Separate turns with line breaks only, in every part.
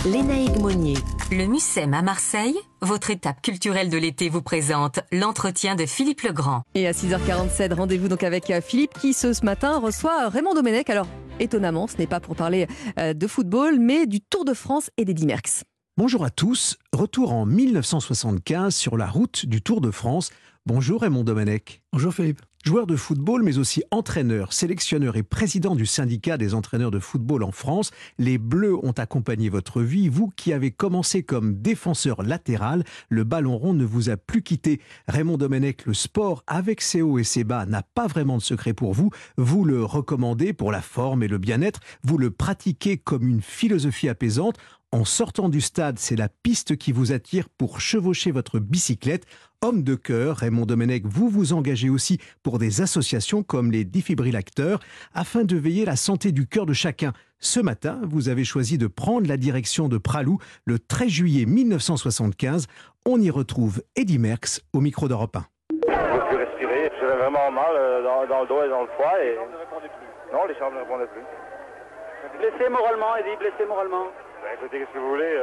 Lénaïque Monnier.
Le Mucem à Marseille, votre étape culturelle de l'été vous présente l'entretien de Philippe Legrand.
Et à 6h47, rendez-vous donc avec Philippe qui ce matin reçoit Raymond Domenech. Alors étonnamment, ce n'est pas pour parler de football, mais du Tour de France et d'Eddy Merckx.
Bonjour à tous, retour en 1975 sur la route du Tour de France. Bonjour Raymond Domenech.
Bonjour Philippe.
Joueur de football, mais aussi entraîneur, sélectionneur et président du syndicat des entraîneurs de football en France, les Bleus ont accompagné votre vie. Vous qui avez commencé comme défenseur latéral, le ballon rond ne vous a plus quitté. Raymond Domenech, le sport, avec ses hauts et ses bas, n'a pas vraiment de secret pour vous. Vous le recommandez pour la forme et le bien-être. Vous le pratiquez comme une philosophie apaisante. En sortant du stade, c'est la piste qui vous attire pour chevaucher votre bicyclette. Homme de cœur, Raymond Domenech, vous vous engagez aussi pour des associations comme les défibrillateurs afin de veiller à la santé du cœur de chacun. Ce matin, vous avez choisi de prendre la direction de Pralou le 13 juillet 1975. On y retrouve Eddy Merckx au micro d'Europe 1.
Je ne peux plus respirer, j'avais vraiment mal dans le dos et dans le foie. Et... Non, les chambres ne répondaient plus.
Blessé moralement, Eddy, blessé moralement.
Écoutez, qu'est-ce que vous voulez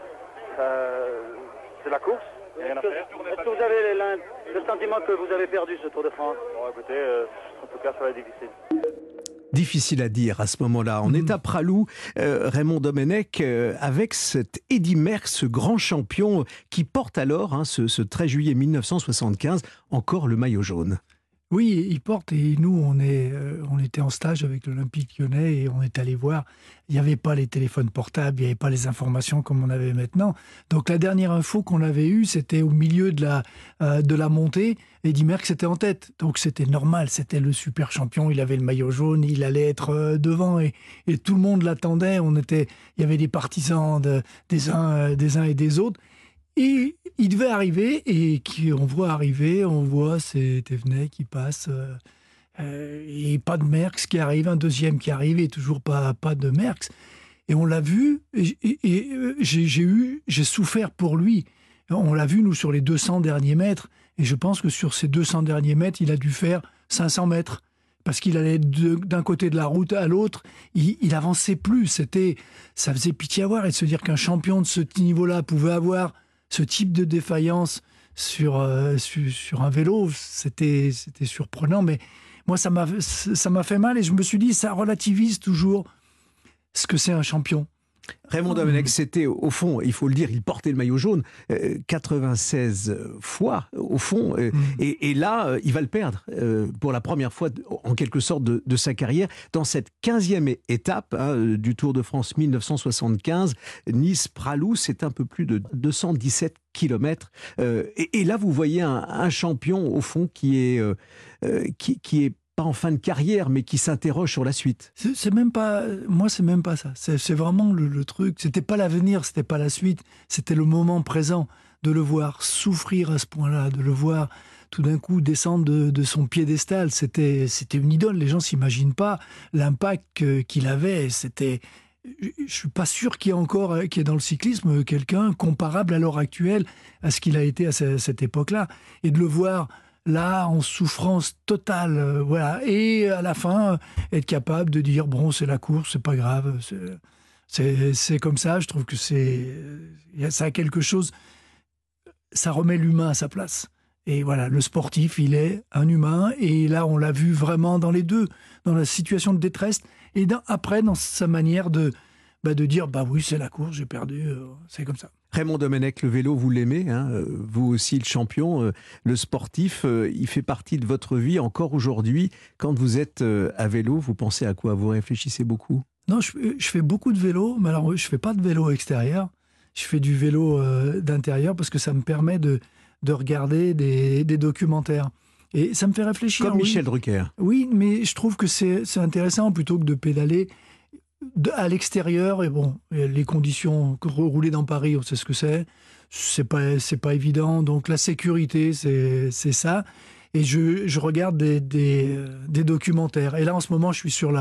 c'est la course, il n'y a rien à faire.
Est-ce que vous avez le sentiment que vous avez perdu ce Tour de France?
Bon, écoutez, en tout cas, ça va être difficile.
Difficile à dire à ce moment-là. On est à Pralou, Raymond Domenech, avec cet Eddy Merckx, ce grand champion qui porte alors, ce 13 juillet 1975, encore le maillot jaune.
Oui, il porte et nous, on était en stage avec l'Olympique Lyonnais et on est allé voir. Il n'y avait pas les téléphones portables, il n'y avait pas les informations comme on avait maintenant. Donc la dernière info qu'on avait eue, c'était au milieu de la montée. Eddy Merckx était en tête. Donc c'était normal, c'était le super champion, il avait le maillot jaune, il allait être devant et tout le monde l'attendait. Il y avait des partisans des uns et des autres. Et il devait arriver, et on voit c'est Thévenet qui passe, et pas de Merckx qui arrive, un deuxième qui arrive, et toujours pas de Merckx. Et on l'a vu, et j'ai souffert pour lui. On l'a vu, nous, sur les 200 derniers mètres, et je pense que sur ces 200 derniers mètres, il a dû faire 500 mètres. Parce qu'il allait d'un côté de la route à l'autre, il avançait plus. Ça faisait pitié à voir, et de se dire qu'un champion de ce niveau-là pouvait avoir ce type de défaillance sur un vélo, c'était surprenant. Mais moi, ça m'a fait mal et je me suis dit, ça relativise toujours ce que c'est un champion.
Raymond Domenech, c'était au fond, il faut le dire, il portait le maillot jaune 96 fois au fond, et là, il va le perdre pour la première fois en quelque sorte de sa carrière dans cette 15e étape du Tour de France 1975. Nice-Pralou, c'est un peu plus de 217 kilomètres. Et là, vous voyez un champion au fond qui est pas en fin de carrière, mais qui s'interroge sur la suite.
C'est même pas ça. C'est vraiment le truc. C'était pas l'avenir, c'était pas la suite. C'était le moment présent. De le voir souffrir à ce point-là, de le voir tout d'un coup descendre de son piédestal. C'était une idole. Les gens s'imaginent pas l'impact qu'il avait. Je suis pas sûr qu'il y ait dans le cyclisme quelqu'un comparable à l'heure actuelle à ce qu'il a été à cette époque-là. Et de le voir là, en souffrance totale, voilà. Et à la fin, être capable de dire, bon, c'est la course, c'est pas grave, c'est comme ça. Je trouve que ça a quelque chose, ça remet l'humain à sa place. Et voilà, le sportif, il est un humain, et là, on l'a vu vraiment dans les deux, dans la situation de détresse, et après, dans sa manière de dire, bah oui, c'est la course, j'ai perdu, c'est comme ça.
Raymond Domenech, le vélo, vous l'aimez, vous aussi le champion, le sportif, il fait partie de votre vie encore aujourd'hui. Quand vous êtes à vélo, vous pensez à quoi? Vous réfléchissez beaucoup?
Non, je fais beaucoup de vélo, mais alors je fais pas de vélo extérieur. Je fais du vélo d'intérieur parce que ça me permet de regarder des documentaires. Et ça me fait réfléchir.
Comme Michel Drucker.
Oui, mais je trouve que c'est intéressant plutôt que de pédaler à l'extérieur. Et bon, les conditions, rouler dans Paris, on sait ce que c'est pas évident. Donc la sécurité, c'est ça. Et je regarde des documentaires. Et là, en ce moment, je suis sur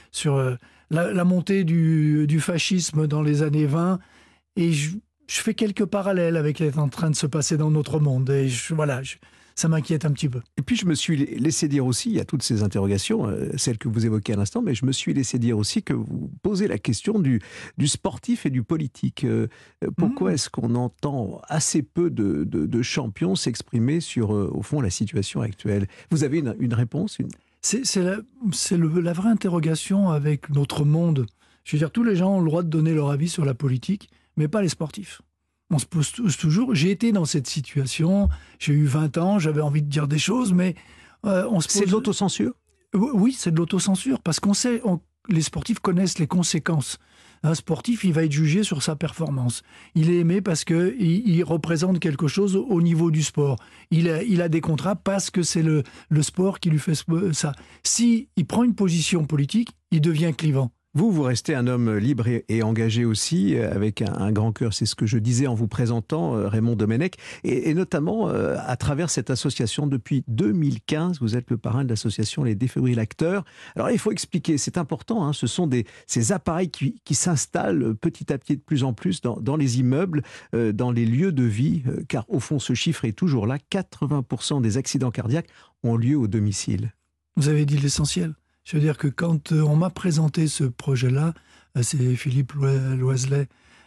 la montée du fascisme dans les années 20. Et je fais quelques parallèles avec ce qui est en train de se passer dans notre monde. Et ça m'inquiète un petit peu.
Et puis je me suis laissé dire aussi, il y a toutes ces interrogations, celles que vous évoquez à l'instant, mais je me suis laissé dire aussi que vous posez la question du sportif et du politique. Pourquoi est-ce qu'on entend assez peu de champions s'exprimer sur, au fond, la situation actuelle? Vous avez une réponse
C'est la vraie interrogation avec notre monde. Je veux dire, tous les gens ont le droit de donner leur avis sur la politique, mais pas les sportifs. On se pose toujours... J'ai été dans cette situation, j'ai eu 20 ans, j'avais envie de dire des choses, mais on se pose...
C'est de l'autocensure?
Oui, c'est de l'autocensure, parce qu'on sait, les sportifs connaissent les conséquences. Un sportif, il va être jugé sur sa performance. Il est aimé parce qu'il représente quelque chose au niveau du sport. Il a des contrats parce que c'est le sport qui lui fait ça. Si il prend une position politique, il devient clivant.
Vous restez un homme libre et engagé aussi, avec un grand cœur, c'est ce que je disais en vous présentant, Raymond Domenech, et notamment à travers cette association depuis 2015, vous êtes le parrain de l'association Les Défibrillateurs. Alors il faut expliquer, c'est important, hein, ce sont ces appareils qui s'installent petit à petit de plus en plus dans les immeubles, dans les lieux de vie, car au fond ce chiffre est toujours là, 80% des accidents cardiaques ont lieu au domicile.
Vous avez dit l'essentiel. Je veux dire que quand on m'a présenté ce projet-là, c'est Philippe Loiselet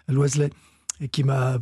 qui m'a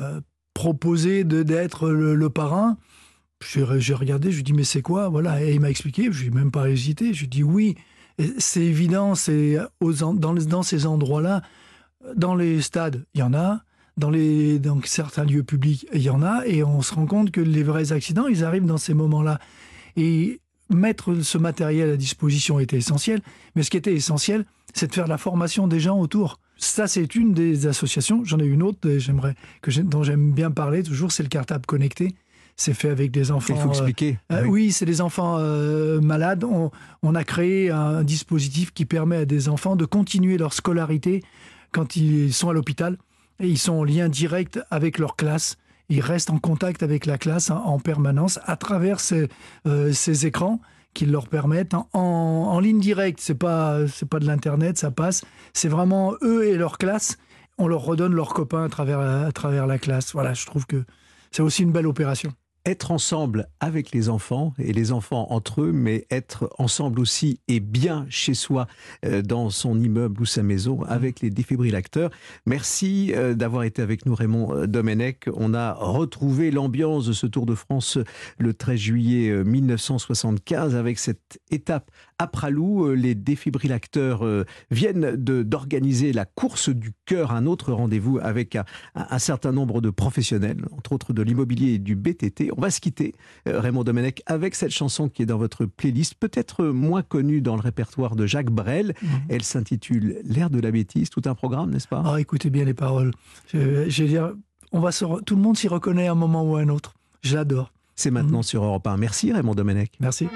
proposé d'être le parrain. J'ai regardé, je lui ai dit mais c'est quoi? Voilà, et il m'a expliqué, je n'ai même pas hésité, je lui ai dit oui, c'est évident, c'est dans ces endroits-là, dans les stades, il y en a, dans certains lieux publics, il y en a, et on se rend compte que les vrais accidents, ils arrivent dans ces moments-là. Et mettre ce matériel à disposition était essentiel, mais ce qui était essentiel, c'est de faire la formation des gens autour. Ça, c'est une des associations. J'en ai une autre dont j'aime bien parler toujours, c'est le cartable connecté. C'est fait avec des enfants...
Il faut expliquer.
Oui, c'est des enfants malades. On a créé un dispositif qui permet à des enfants de continuer leur scolarité quand ils sont à l'hôpital, et ils sont en lien direct avec leur classe. Ils restent en contact avec la classe en permanence à travers ces écrans qui leur permettent en ligne directe. C'est pas de l'internet, ça passe. C'est vraiment eux et leur classe. On leur redonne leurs copains à travers la classe. Voilà, je trouve que c'est aussi une belle opération.
Être ensemble avec les enfants et les enfants entre eux, mais être ensemble aussi et bien chez soi, dans son immeuble ou sa maison, avec les défibrillateurs. Merci d'avoir été avec nous, Raymond Domenech. On a retrouvé l'ambiance de ce Tour de France le 13 juillet 1975 avec cette étape à Pralou. Les défibrillateurs viennent d'organiser la course du cœur, un autre rendez-vous avec un certain nombre de professionnels, entre autres de l'immobilier et du BTT. On va se quitter, Raymond Domenech, avec cette chanson qui est dans votre playlist, peut-être moins connue dans le répertoire de Jacques Brel. Elle s'intitule L'air de la bêtise, tout un programme, n'est-ce pas?
Ah, écoutez bien les paroles. Je veux dire, tout le monde s'y reconnaît à un moment ou à un autre. Je l'adore.
C'est maintenant sur Europe 1. Merci Raymond Domenech.
Merci.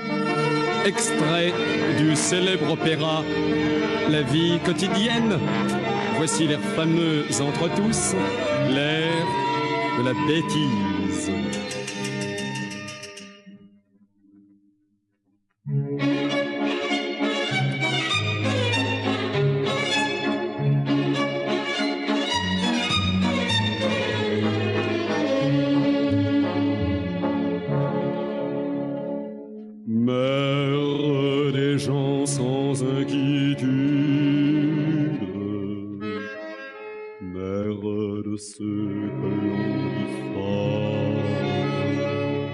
Extrait du célèbre opéra La vie quotidienne. Voici l'air fameux entre tous, l'air de la bêtise. Mère des gens sans inquiétude, mère de ceux que l'on diffame,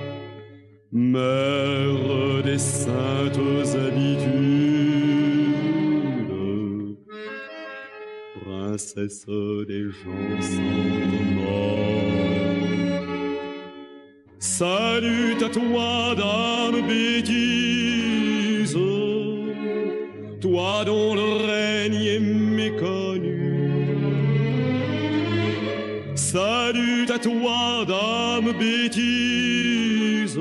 mère des saintes habitudes, princesse des gens sans mort. Salut à toi, dame bêtise, toi dont le règne est méconnu. Salut à toi, dame bêtise,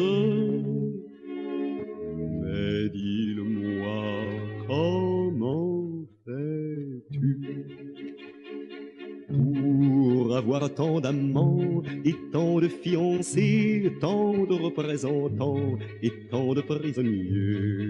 mais dis-le-moi, comment fais-tu pour avoir tant d'amants et tant de fiancés, tant de représentants et tant de prisonniers?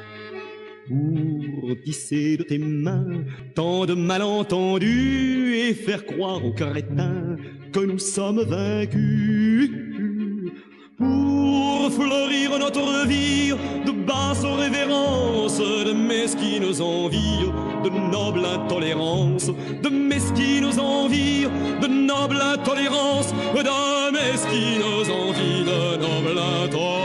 Pour tisser de tes mains tant de malentendus et faire croire aux crétins que nous sommes vaincus? Pour fleurir notre vie de basse révérence, de mesquines envies, de noble intolérance, de mesquines envies, de noble intolérance, de mesquines envies, de noble intolérance.